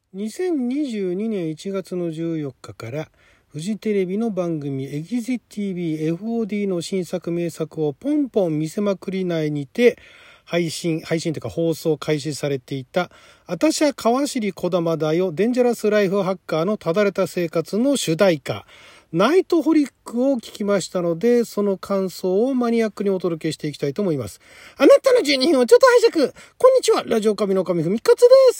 2022年1月の14日からフジテレビの番組エキゼ TV FOD の新作名作をポンポン見せまくり内にて配信というか放送開始されていたあたしゃ川尻小玉だよデンジャラスライフハッカーのただれた生活の主題歌ナイトホリックを聞きましたので、その感想をマニアックにお届けしていきたいと思います。あなたの12分をちょっと拝借。こんにちは、ラジオ神の神ふみかつです。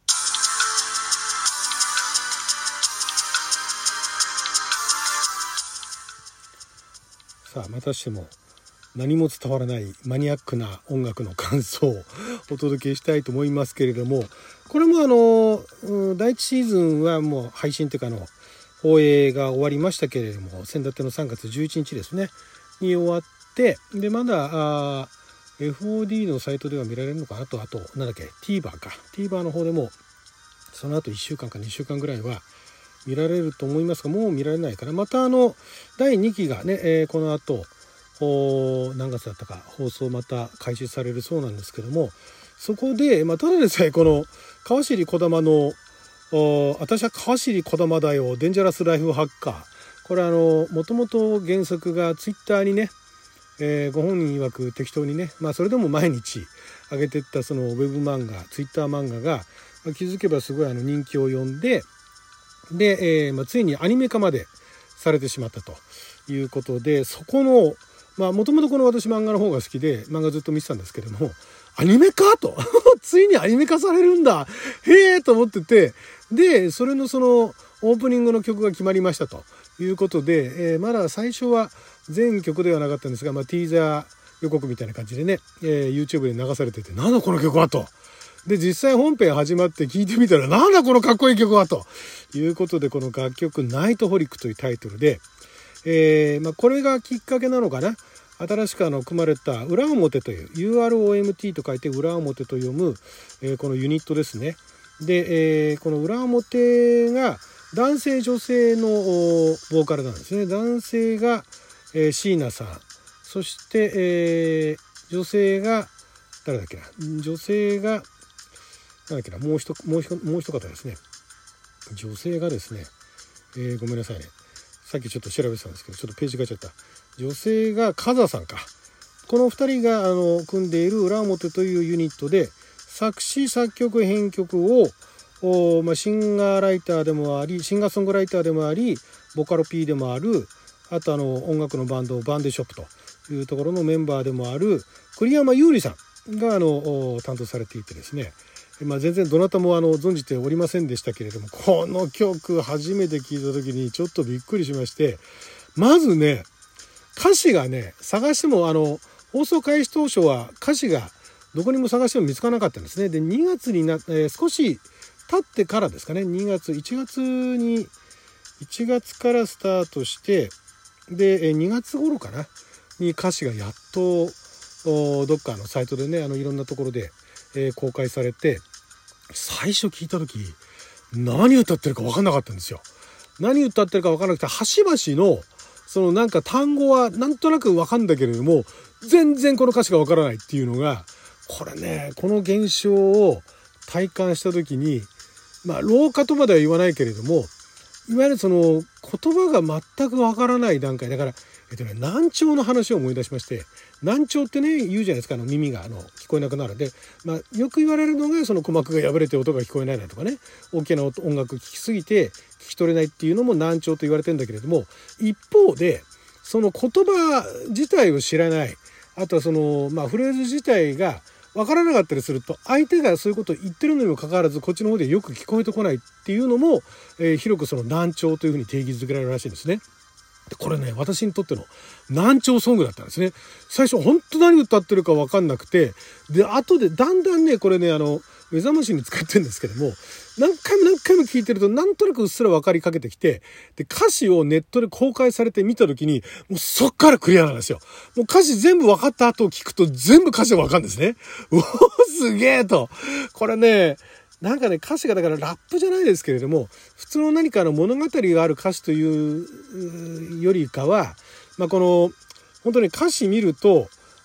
さあ、またしても何も伝わらないマニアックな音楽の感想をお届けしたいと思いますけれども、これも第1シーズンはもう配信というか放映が終わりましたけれども、先だっての3月11日ですねに終わって、でまだFOD のサイトでは見られるのかなと、あとなんだっけ TVer の方でもその後1週間か2週間ぐらいは見られると思いますが、もう見られないから、また第2期がね、この後何月だったか放送また開始されるそうなんですけども、そこで、ただでさえこの川尻小玉の私は川尻小玉だよデンジャラスライフハッカー、これもともと原作がツイッターにね、ご本人曰く適当にね、それでも毎日上げてったそのウェブ漫画ツイッター漫画が、気づけばすごい人気を呼んで、で、ついにアニメ化までされてしまったということで、そこのもともとこの私漫画の方が好きで漫画ずっと見てたんですけども、アニメ化とついにアニメ化されるんだへえと思ってて、でそれのそのオープニングの曲が決まりましたということで、まだ最初は全曲ではなかったんですが、ティーザー予告みたいな感じでね、YouTube で流されてて、なんだこの曲はと。で実際本編始まって聞いてみたら、なんだこのかっこいい曲はということで、この楽曲ナイトホリックというタイトルで、これがきっかけなのかな、新しく組まれた裏表という UROMT と書いて裏表と読む、このユニットですね。で、この裏表が男性女性のボーカルなんですね。男性が、椎名さん、そして、女性が誰だっけな、女性がなんだっけな、もう一方ですね。女性がですね、ごめんなさいね、さっきちょっと調べてたんですけどちょっとページ変えちゃった。女性が風さんか。この2人が組んでいる裏表というユニットで、作詞作曲編曲をシンガーライターでもあり、シンガーソングライターでもあり、ボカロ P でもある、あと音楽のバンドバンデショップというところのメンバーでもある栗山優里さんが担当されていてですね、全然どなたも存じておりませんでしたけれども、この曲初めて聞いた時にちょっとびっくりしまして、まずね歌詞がね、探しても放送開始当初は歌詞がどこにも探しても見つからなかったんですね。で2月に少し経ってからですかね、1月からスタートして、で2月頃かなに歌詞がやっとどっかのサイトでね、いろんなところで公開されて、最初聞いた時何歌ってるか分かんなかったんですよ。何歌ってるか分からなくて、端々のそのなんか単語はなんとなく分かんだけれども、全然この歌詞が分からないっていうのが、これね、この現象を体感した時に、老化とまでは言わないけれども、いわゆるその言葉が全く分からない段階だから、難聴の話を思い出しまして、難聴ってね言うじゃないですか、耳が聞こえなくなるで、よく言われるのがその鼓膜が破れて音が聞こえないとかね、大きな音楽聴きすぎて聞き取れないっていうのも難聴と言われてるんだけれども、一方でその言葉自体を知らない、あとはそのフレーズ自体が分からなかったりすると、相手がそういうことを言ってるのにもかかわらずこっちの方でよく聞こえてこないっていうのも、広くその難聴というふうに定義づけられるらしいんですね。でこれね、私にとっての難聴ソングだったんですね。最初本当何歌ってるか分かんなくて、で後でだんだんね、これね目覚ましに使ってるんですけども、何回も聞いてるとなんとなくうっすら分かりかけてきて、で歌詞をネットで公開されて見た時にもうそっからクリアなんですよ。もう歌詞全部分かった後を聞くと全部歌詞が分かるんですね。うおすげえと。これね、なんかね、歌詞がだからラップじゃないですけれども、普通の何かの物語がある歌詞というよりかは、この本当に歌詞見ると、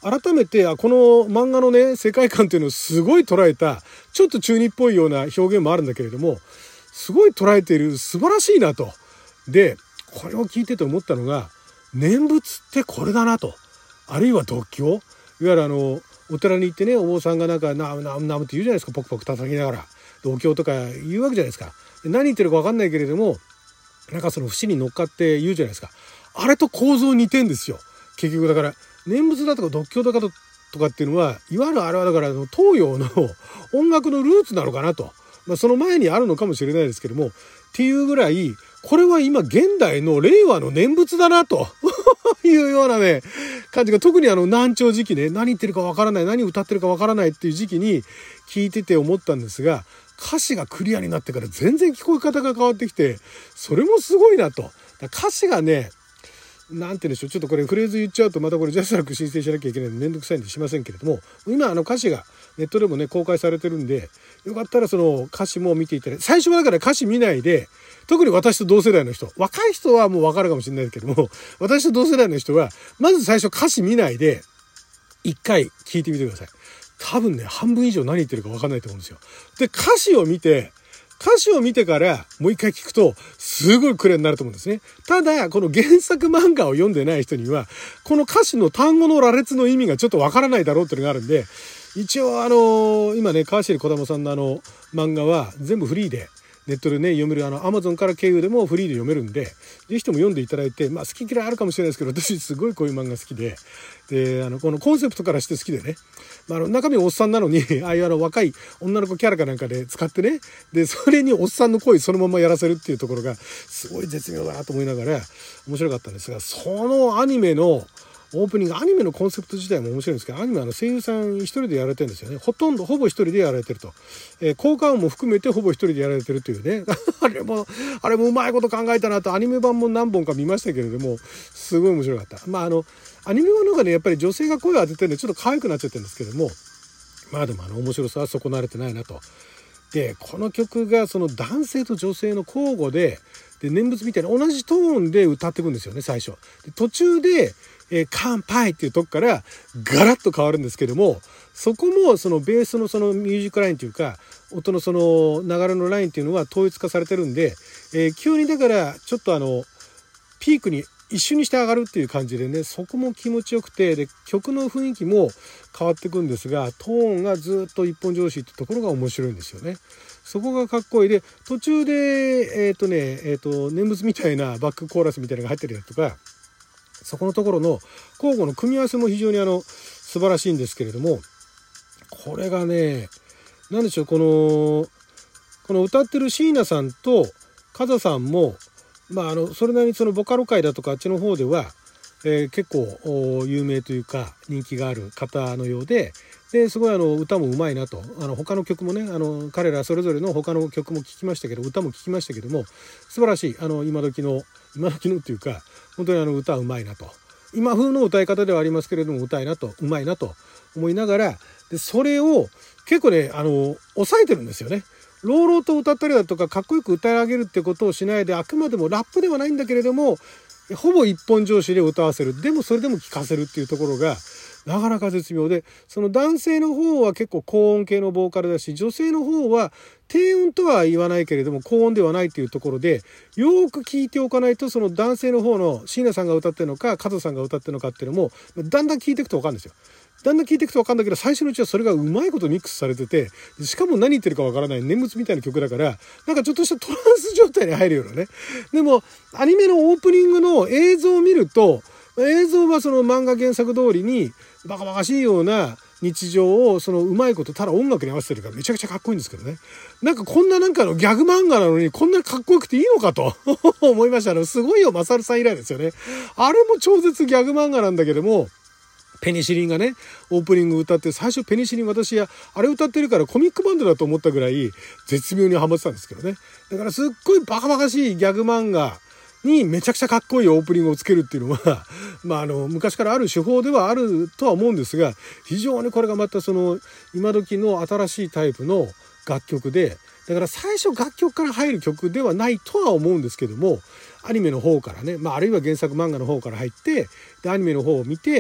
改めてこの漫画のね世界観っていうのをすごい捉えた、ちょっと中二っぽいような表現もあるんだけれども、すごい捉えている、素晴らしいなと。でこれを聞いてて思ったのが、念仏ってこれだなと。あるいは読経、いわゆるお寺に行ってね、お坊さんがなんかナムナムナムって言うじゃないですか、ポクポク叩きながらお経とか言うわけじゃないですか。何言ってるか分かんないけれども、なんかその節に乗っかって言うじゃないですか。あれと構造似てんですよ結局。だから念仏だとか読経だとかっていうのは、いわゆるあれはだから東洋の音楽のルーツなのかなと、その前にあるのかもしれないですけども、っていうぐらいこれは今現代の令和の念仏だなというようなね感じが、特に難聴時期ね、何言ってるかわからない、何歌ってるかわからないっていう時期に聞いてて思ったんですが、歌詞がクリアになってから全然聞こえ方が変わってきて、それもすごいなと。歌詞がね、なんて言うんでしょう、ちょっとこれフレーズ言っちゃうとまたこれジャスラック申請しなきゃいけないのでめんどくさいんでしませんけれども、今歌詞がネットでもね公開されてるんで、よかったらその歌詞も見ていただいて、最初はだから歌詞見ないで、特に私と同世代の人、若い人はもう分かるかもしれないけども、私と同世代の人はまず最初歌詞見ないで一回聞いてみてください。多分ね半分以上何言ってるか分かんないと思うんですよ。で歌詞を見てからもう一回聞くとすごいクリアになると思うんですね。ただこの原作漫画を読んでない人にはこの歌詞の単語の羅列の意味がちょっとわからないだろうっていうのがあるんで、一応今ね川尻小玉さんの漫画は全部フリーでネットでね読める、Amazon から経由でもフリーで読めるんで、ぜひとも読んでいただいて、好き嫌いあるかもしれないですけど、私すごいこういう漫画好きで、このコンセプトからして好きでね、中身おっさんなのにああいう若い女の子キャラかなんかで使ってね、でそれにおっさんの声そのままやらせるっていうところがすごい絶妙だなと思いながら面白かったんですが、そのアニメのオープニング、アニメのコンセプト自体も面白いんですけど、アニメは声優さん一人でやられてるんですよね。ほぼ一人でやられてると、効果音も含めてほぼ一人でやられてるというねあれもうまいこと考えたなと。アニメ版も何本か見ましたけれども、すごい面白かった。アニメ版の中でやっぱり女性が声を当ててるんでちょっと可愛くなっちゃってるんですけども、でも面白さは損なわれてないなと。でこの曲がその男性と女性の交互で念仏みたいな同じトーンで歌っていくんですよね最初。で途中で乾杯っていうとこからガラッと変わるんですけども、そこもそのベースのそのミュージックラインというか音のその流れのラインっていうのは統一化されてるんで、急にだからちょっとピークに一瞬にして上がるっていう感じでね、そこも気持ちよくて、で曲の雰囲気も変わっていくんですが、トーンがずっと一本上司ってところが面白いんですよね。そこがかっこいい。で途中で念仏みたいなバックコーラスみたいなのが入ってるやつとか、そこのところの交互の組み合わせも非常に素晴らしいんですけれども、これがね何でしょう、この歌ってる椎名さんとカザさんもそれなりにそのボカロ界だとかあっちの方では、結構有名というか人気がある方のようで、すごい歌もうまいなと。他の曲もね彼らそれぞれの他の曲も聴きましたけど、歌も聴きましたけども、素晴らしい今時のっていうか本当に歌うまいなと。今風の歌い方ではありますけれどもうまいなと思いながら、でそれを結構ね抑えてるんですよね。朗々と歌ったりだとかかっこよく歌い上げるってことをしないで、あくまでもラップではないんだけれどもほぼ一本上司で歌わせる、でもそれでも聴かせるっていうところがなかなか絶妙で、その男性の方は結構高音系のボーカルだし、女性の方は低音とは言わないけれども高音ではないっていうところで、よく聞いておかないとその男性の方の椎名さんが歌ってるのか加藤さんが歌ってるのかっていうのもだんだん聞いていくと分かるんですよ。だんだん聞いていくと分かるんだけど、最初のうちはそれがうまいことミックスされてて、しかも何言ってるか分からない念仏みたいな曲だから、なんかちょっとしたトランス状態に入るようなね。でもアニメのオープニングの映像を見ると、映像はその漫画原作通りにバカバカしいような日常をそのうまいことただ音楽に合わせてるからめちゃくちゃかっこいいんですけどね。なんかこんなギャグ漫画なのにこんなかっこよくていいのかと思いました。すごいよマサルさん以来ですよね。あれも超絶ギャグ漫画なんだけども、ペニシリンがねオープニング歌って、最初ペニシリン私あれ歌ってるからコミックバンドだと思ったぐらい絶妙にハマってたんですけどね。だからすっごいバカバカしいギャグ漫画にめちゃくちゃかっこいいオープニングをつけるっていうのは昔からある手法ではあるとは思うんですが、非常にこれがまたその今時の新しいタイプの楽曲で、だから最初楽曲から入る曲ではないとは思うんですけども、アニメの方からね、あるいは原作漫画の方から入って、でアニメの方を見て、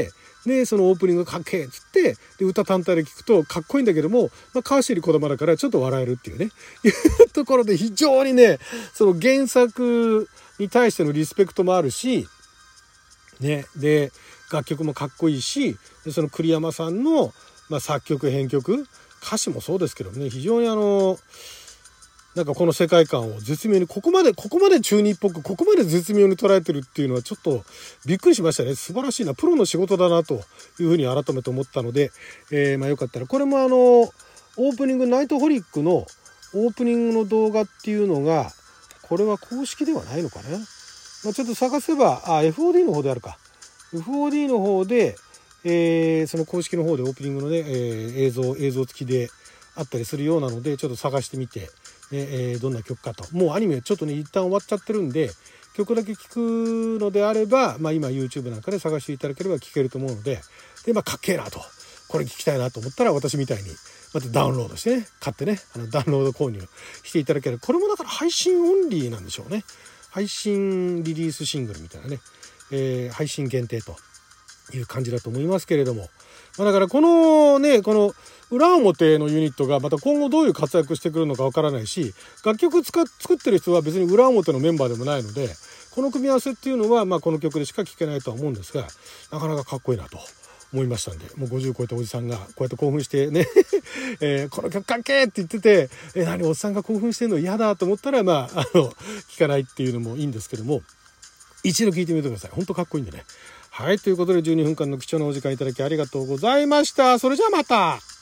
でそのオープニングがかっけーっつってで歌単体で聞くとかっこいいんだけども、川尻児玉だからちょっと笑えるっていうねいうところで非常にねその原作に対してのリスペクトもあるしね、で楽曲もかっこいいしでその栗山さんの、作曲編曲歌詞もそうですけどね非常になんかこの世界観を絶妙にここまで中二っぽくここまで絶妙に捉えてるっていうのはちょっとびっくりしましたね。素晴らしいなプロの仕事だなというふうに改めて思ったので、よかったらこれもオープニングナイトホリックのオープニングの動画っていうのがこれは公式ではないのかな、ちょっと探せばFOD の方であるか FOD の方で、その公式の方でオープニングのね、映像付きであったりするようなのでちょっと探してみて、どんな曲かともうアニメちょっとね一旦終わっちゃってるんで曲だけ聴くのであれば、今 YouTube なんかで探していただければ聴けると思うのでかっけえなとこれ聴きたいなと思ったら私みたいにまたダウンロードしてね買ってねダウンロード購入していただければこれもだから配信オンリーなんでしょうね。配信リリースシングルみたいなね、配信限定という感じだと思いますけれども、だからこの裏表のユニットがまた今後どういう活躍してくるのかわからないし楽曲作ってる人は別に裏表のメンバーでもないのでこの組み合わせっていうのはこの曲でしか聴けないとは思うんですがなかなかかっこいいなと思いましたんでもう50超えたおじさんがこうやって興奮してね、この曲かっけーって言ってて何おっさんが興奮してるの嫌だと思ったら聴かないっていうのもいいんですけども一度聴いてみてください。本当かっこいいんでね。はいということで12分間の貴重なお時間いただきありがとうございました。それじゃあまた。